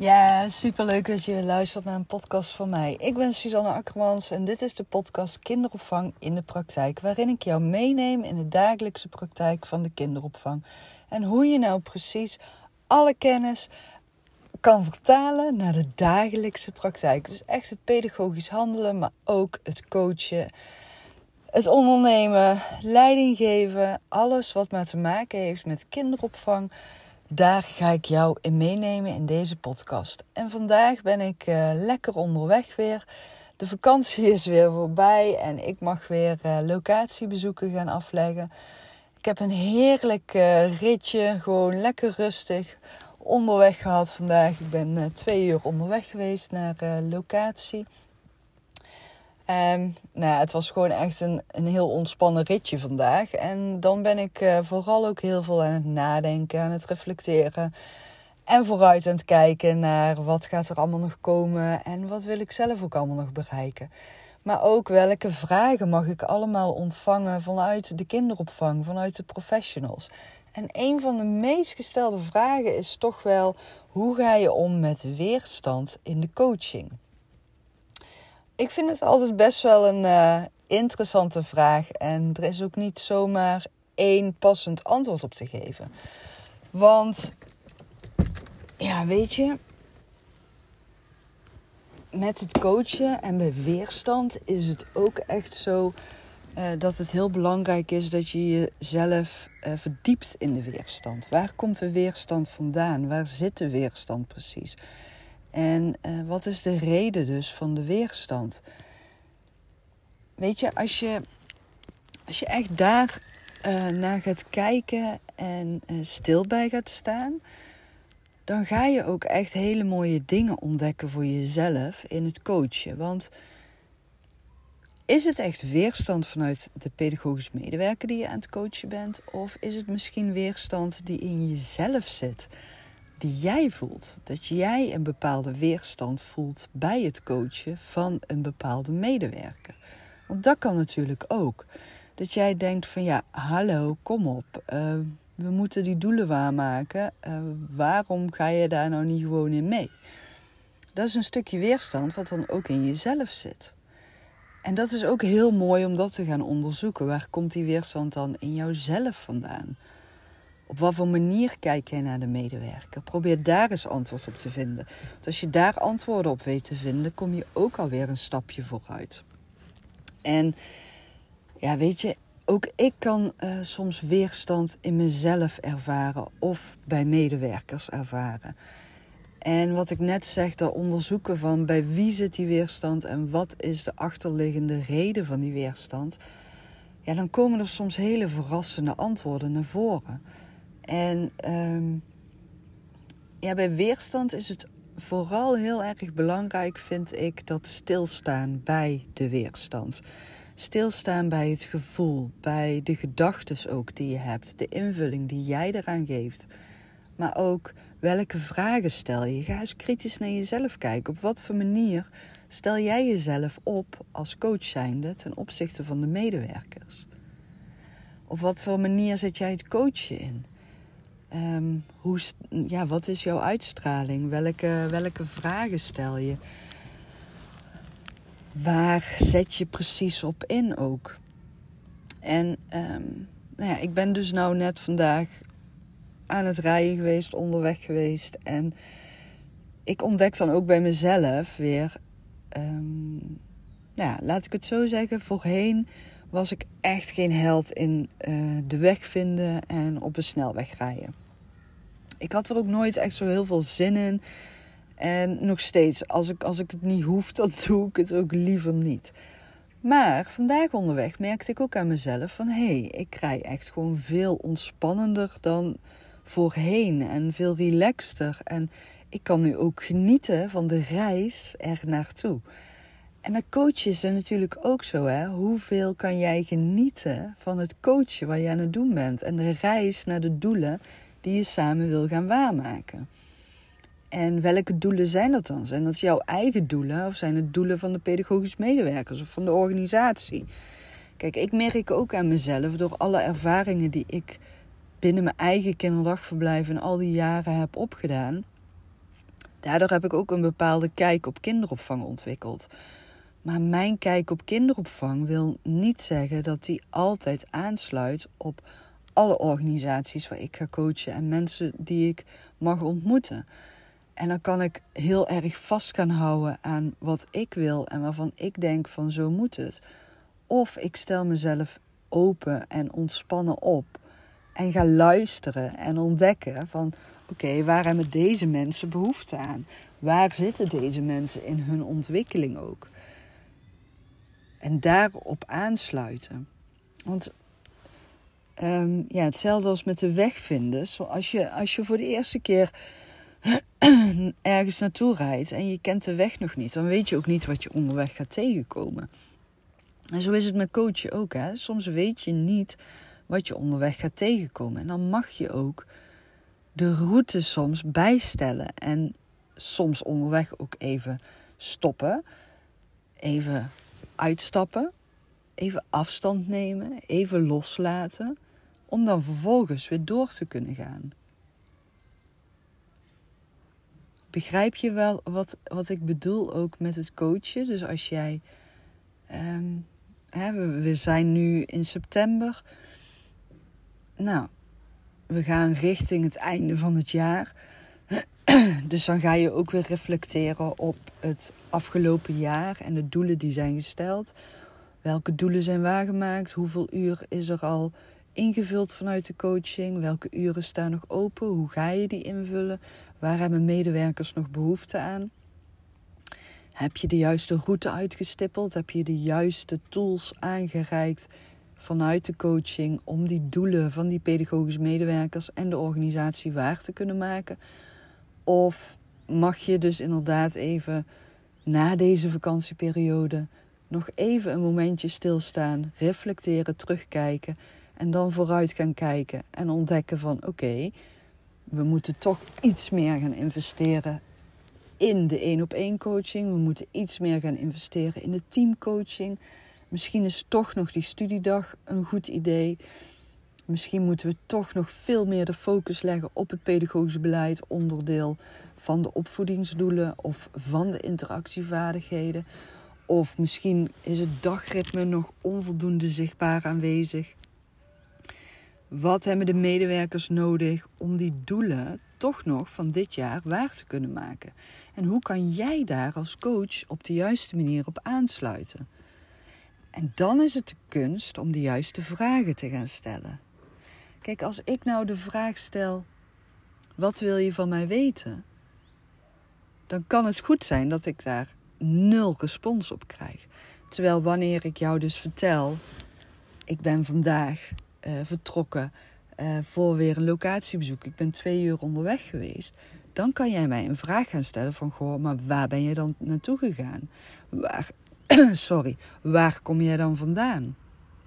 Ja, superleuk dat je luistert naar een podcast van mij. Ik ben Suzanne Akkermans en dit is de podcast Kinderopvang in de Praktijk, waarin ik jou meeneem in de dagelijkse praktijk van de kinderopvang. En hoe je nou precies alle kennis kan vertalen naar de dagelijkse praktijk. Dus echt het pedagogisch handelen, maar ook het coachen, het ondernemen, leiding geven, alles wat maar te maken heeft met kinderopvang. Daar ga ik jou in meenemen in deze podcast. En vandaag ben ik lekker onderweg weer. De vakantie is weer voorbij en ik mag weer locatiebezoeken gaan afleggen. Ik heb een heerlijk ritje, gewoon lekker rustig onderweg gehad vandaag. Ik ben 2 uur onderweg geweest naar locatie. Het was gewoon echt een heel ontspannen ritje vandaag. En dan ben ik vooral ook heel veel aan het nadenken, aan het reflecteren. En vooruit aan het kijken naar wat gaat er allemaal nog komen. En wat wil ik zelf ook allemaal nog bereiken. Maar ook welke vragen mag ik allemaal ontvangen vanuit de kinderopvang, vanuit de professionals. En een van de meest gestelde vragen is toch wel: hoe ga je om met weerstand in de coaching? Ik vind het altijd best wel een interessante vraag. En er is ook niet zomaar één passend antwoord op te geven. Want, ja, weet je, met het coachen en bij weerstand is het ook echt zo dat het heel belangrijk is dat je jezelf verdiept in de weerstand. Waar komt de weerstand vandaan? Waar zit de weerstand precies? En wat is de reden dus van de weerstand? Weet je, als je echt daar naar gaat kijken en stil bij gaat staan, dan ga je ook echt hele mooie dingen ontdekken voor jezelf in het coachen. Want is het echt weerstand vanuit de pedagogisch medewerker die je aan het coachen bent? Of is het misschien weerstand die in jezelf zit, die jij voelt? Dat jij een bepaalde weerstand voelt bij het coachen van een bepaalde medewerker. Want dat kan natuurlijk ook. Dat jij denkt van ja, hallo, kom op. We moeten die doelen waarmaken. Waarom ga je daar nou niet gewoon in mee? Dat is een stukje weerstand wat dan ook in jezelf zit. En dat is ook heel mooi om dat te gaan onderzoeken. Waar komt die weerstand dan in jouzelf vandaan? Op wat voor manier kijk jij naar de medewerker? Probeer daar eens antwoord op te vinden. Want als je daar antwoorden op weet te vinden, kom je ook alweer een stapje vooruit. En ja, weet je, ook ik kan soms weerstand in mezelf ervaren of bij medewerkers ervaren. En wat ik net zeg, dat onderzoeken van bij wie zit die weerstand en wat is de achterliggende reden van die weerstand. Ja, dan komen er soms hele verrassende antwoorden naar voren. En bij weerstand is het vooral heel erg belangrijk, vind ik, dat stilstaan bij de weerstand. Stilstaan bij het gevoel, bij de gedachtes ook die je hebt, de invulling die jij eraan geeft. Maar ook welke vragen stel je? Ga eens kritisch naar jezelf kijken. Op wat voor manier stel jij jezelf op als coach zijnde ten opzichte van de medewerkers? Op wat voor manier zet jij het coachen in? Wat is jouw uitstraling? Welke vragen stel je? Waar zet je precies op in ook? En ik ben dus nou net vandaag aan het rijden geweest, onderweg geweest. En ik ontdek dan ook bij mezelf weer, laat ik het zo zeggen, voorheen was ik echt geen held in de weg vinden en op een snelweg rijden. Ik had er ook nooit echt zo heel veel zin in. En nog steeds, als ik het niet hoef, dan doe ik het ook liever niet. Maar vandaag onderweg merkte ik ook aan mezelf van ik rij echt gewoon veel ontspannender dan voorheen en veel relaxter. En ik kan nu ook genieten van de reis er naartoe. En met coachen is het natuurlijk ook zo, hè. Hoeveel kan jij genieten van het coachen waar je aan het doen bent en de reis naar de doelen die je samen wil gaan waarmaken? En welke doelen zijn dat dan? Zijn dat jouw eigen doelen of zijn het doelen van de pedagogisch medewerkers of van de organisatie? Kijk, ik merk ook aan mezelf door alle ervaringen die ik binnen mijn eigen kinderdagverblijf in al die jaren heb opgedaan, Daardoor heb ik ook een bepaalde kijk op kinderopvang ontwikkeld. Maar mijn kijk op kinderopvang wil niet zeggen dat die altijd aansluit op alle organisaties waar ik ga coachen en mensen die ik mag ontmoeten. En dan kan ik heel erg vast gaan houden aan wat ik wil en waarvan ik denk van zo moet het. Of ik stel mezelf open en ontspannen op en ga luisteren en ontdekken van oké, waar hebben deze mensen behoefte aan? Waar zitten deze mensen in hun ontwikkeling ook? En daarop aansluiten. Want hetzelfde als met de weg vinden. Als je voor de eerste keer ergens naartoe rijdt en je kent de weg nog niet, dan weet je ook niet wat je onderweg gaat tegenkomen. En zo is het met coachen ook. Hè? Soms weet je niet wat je onderweg gaat tegenkomen. En dan mag je ook de route soms bijstellen. En soms onderweg ook even stoppen. Even uitstappen. Even afstand nemen. Even loslaten. Om dan vervolgens weer door te kunnen gaan. Begrijp je wel wat ik bedoel ook met het coachen? Dus als jij... we zijn nu in september. Nou, we gaan richting het einde van het jaar. Dus dan ga je ook weer reflecteren op het afgelopen jaar en de doelen die zijn gesteld. Welke doelen zijn waargemaakt? Hoeveel uur is er al ingevuld vanuit de coaching? Welke uren staan nog open? Hoe ga je die invullen? Waar hebben medewerkers nog behoefte aan? Heb je de juiste route uitgestippeld? Heb je de juiste tools aangereikt vanuit de coaching om die doelen van die pedagogische medewerkers en de organisatie waar te kunnen maken? Of mag je dus inderdaad even na deze vakantieperiode nog even een momentje stilstaan, reflecteren, terugkijken en dan vooruit gaan kijken en ontdekken van oké, we moeten toch iets meer gaan investeren in de 1-op-1 coaching. We moeten iets meer gaan investeren in de teamcoaching. Misschien is toch nog die studiedag een goed idee. Misschien moeten we toch nog veel meer de focus leggen op het pedagogisch beleid, onderdeel van de opvoedingsdoelen of van de interactievaardigheden. Of misschien is het dagritme nog onvoldoende zichtbaar aanwezig. Wat hebben de medewerkers nodig om die doelen toch nog van dit jaar waar te kunnen maken? En hoe kan jij daar als coach op de juiste manier op aansluiten? En dan is het de kunst om de juiste vragen te gaan stellen. Kijk, als ik nou de vraag stel, wat wil je van mij weten? Dan kan het goed zijn dat ik daar 0 respons op krijg. Terwijl wanneer ik jou dus vertel, ik ben vandaag vertrokken voor weer een locatiebezoek. Ik ben 2 uur onderweg geweest. Dan kan jij mij een vraag gaan stellen van, goh, maar waar ben je dan naartoe gegaan? Waar kom jij dan vandaan?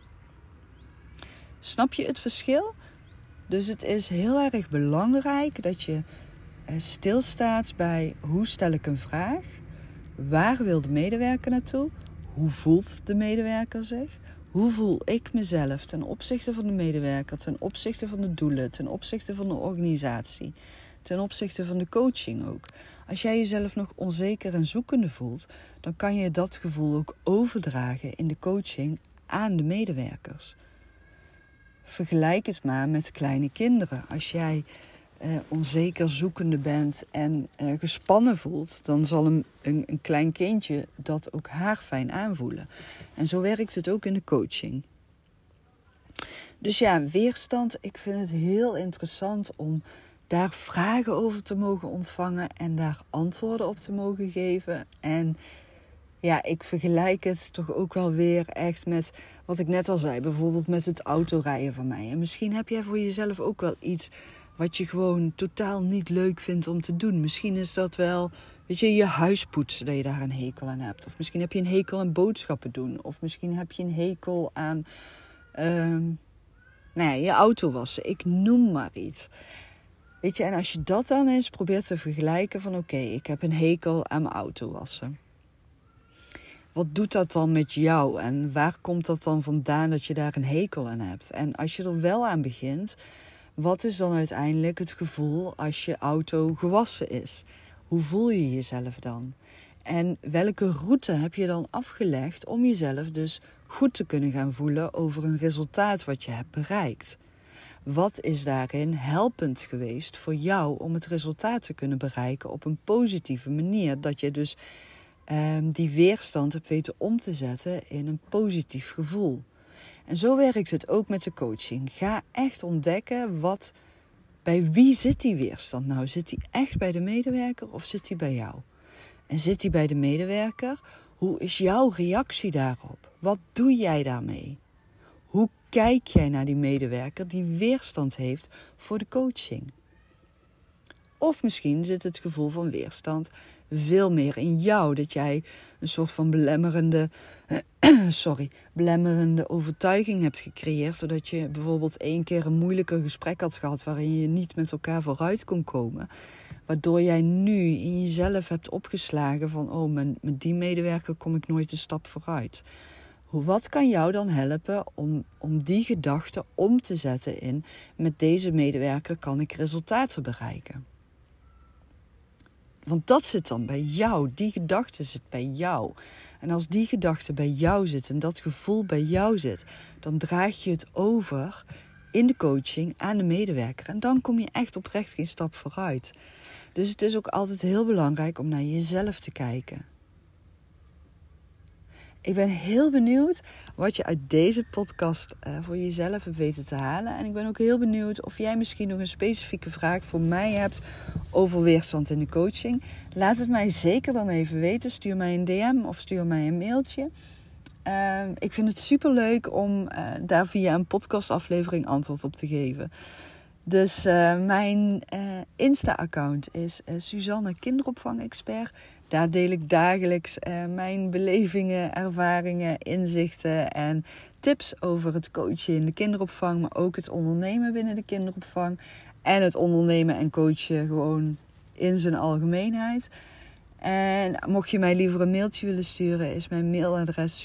Snap je het verschil? Dus het is heel erg belangrijk dat je stilstaat bij hoe stel ik een vraag? Waar wil de medewerker naartoe? Hoe voelt de medewerker zich? Hoe voel ik mezelf ten opzichte van de medewerker, ten opzichte van de doelen, ten opzichte van de organisatie, ten opzichte van de coaching ook? Als jij jezelf nog onzeker en zoekende voelt, dan kan je dat gevoel ook overdragen in de coaching aan de medewerkers. Vergelijk het maar met kleine kinderen. Als jij onzeker zoekende bent en gespannen voelt, dan zal een klein kindje dat ook haarfijn aanvoelen. En zo werkt het ook in de coaching. Dus ja, weerstand, ik vind het heel interessant om daar vragen over te mogen ontvangen en daar antwoorden op te mogen geven. En ja, ik vergelijk het toch ook wel weer echt met wat ik net al zei, bijvoorbeeld met het autorijden van mij. En misschien heb jij voor jezelf ook wel iets wat je gewoon totaal niet leuk vindt om te doen. Misschien is dat wel, je huis poetsen, dat je daar een hekel aan hebt. Of misschien heb je een hekel aan boodschappen doen. Of misschien heb je een hekel aan je auto wassen. Ik noem maar iets. En als je dat dan eens probeert te vergelijken van oké, ik heb een hekel aan mijn auto wassen. Wat doet dat dan met jou? En waar komt dat dan vandaan dat je daar een hekel aan hebt? En als je er wel aan begint, wat is dan uiteindelijk het gevoel als je auto gewassen is? hoe voel je jezelf dan? En welke route heb je dan afgelegd om jezelf dus goed te kunnen gaan voelen over een resultaat wat je hebt bereikt? Wat is daarin helpend geweest voor jou om het resultaat te kunnen bereiken op een positieve manier? Dat je dus die weerstand hebt weten om te zetten in een positief gevoel. En zo werkt het ook met de coaching. Ga echt ontdekken bij wie zit die weerstand nou? Zit die echt bij de medewerker of zit die bij jou? En zit die bij de medewerker? Hoe is jouw reactie daarop? Wat doe jij daarmee? Hoe kijk jij naar die medewerker die weerstand heeft voor de coaching? Of misschien zit het gevoel van weerstand veel meer in jou. Dat jij een soort van belemmerende overtuiging hebt gecreëerd. Doordat je bijvoorbeeld 1 keer een moeilijker gesprek had gehad waarin je niet met elkaar vooruit kon komen. Waardoor jij nu in jezelf hebt opgeslagen van met die medewerker kom ik nooit een stap vooruit. Wat kan jou dan helpen om die gedachte om te zetten in met deze medewerker kan ik resultaten bereiken? Want dat zit dan bij jou. Die gedachte zit bij jou. En als die gedachte bij jou zit en dat gevoel bij jou zit, dan draag je het over in de coaching aan de medewerker. En dan kom je echt oprecht geen stap vooruit. Dus het is ook altijd heel belangrijk om naar jezelf te kijken. Ik ben heel benieuwd wat je uit deze podcast voor jezelf hebt weten te halen. En ik ben ook heel benieuwd of jij misschien nog een specifieke vraag voor mij hebt over weerstand in de coaching. Laat het mij zeker dan even weten. Stuur mij een DM of stuur mij een mailtje. Ik vind het superleuk om daar via een podcastaflevering antwoord op te geven. Dus mijn Insta-account is Suzanne Kinderopvang-expert. Daar deel ik dagelijks mijn belevingen, ervaringen, inzichten en tips over het coachen in de kinderopvang. Maar ook het ondernemen binnen de kinderopvang. En het ondernemen en coachen gewoon in zijn algemeenheid. En mocht je mij liever een mailtje willen sturen, is mijn mailadres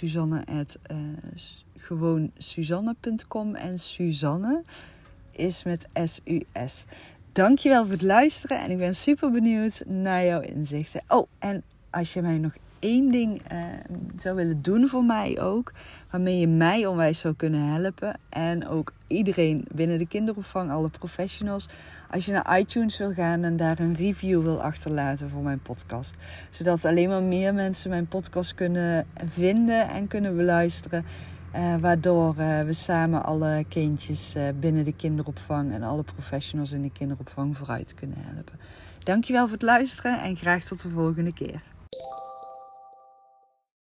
Suzanne@Suzanne.com. En Suzanne is met S-U-S. Dankjewel voor het luisteren en ik ben super benieuwd naar jouw inzichten. Oh, en als je mij nog 1 ding zou willen doen voor mij ook, waarmee je mij onwijs zou kunnen helpen en ook iedereen binnen de kinderopvang, alle professionals, als je naar iTunes wil gaan en daar een review wil achterlaten voor mijn podcast. Zodat alleen maar meer mensen mijn podcast kunnen vinden en kunnen beluisteren. Waardoor we samen alle kindjes binnen de kinderopvang en alle professionals in de kinderopvang vooruit kunnen helpen. Dankjewel voor het luisteren en graag tot de volgende keer.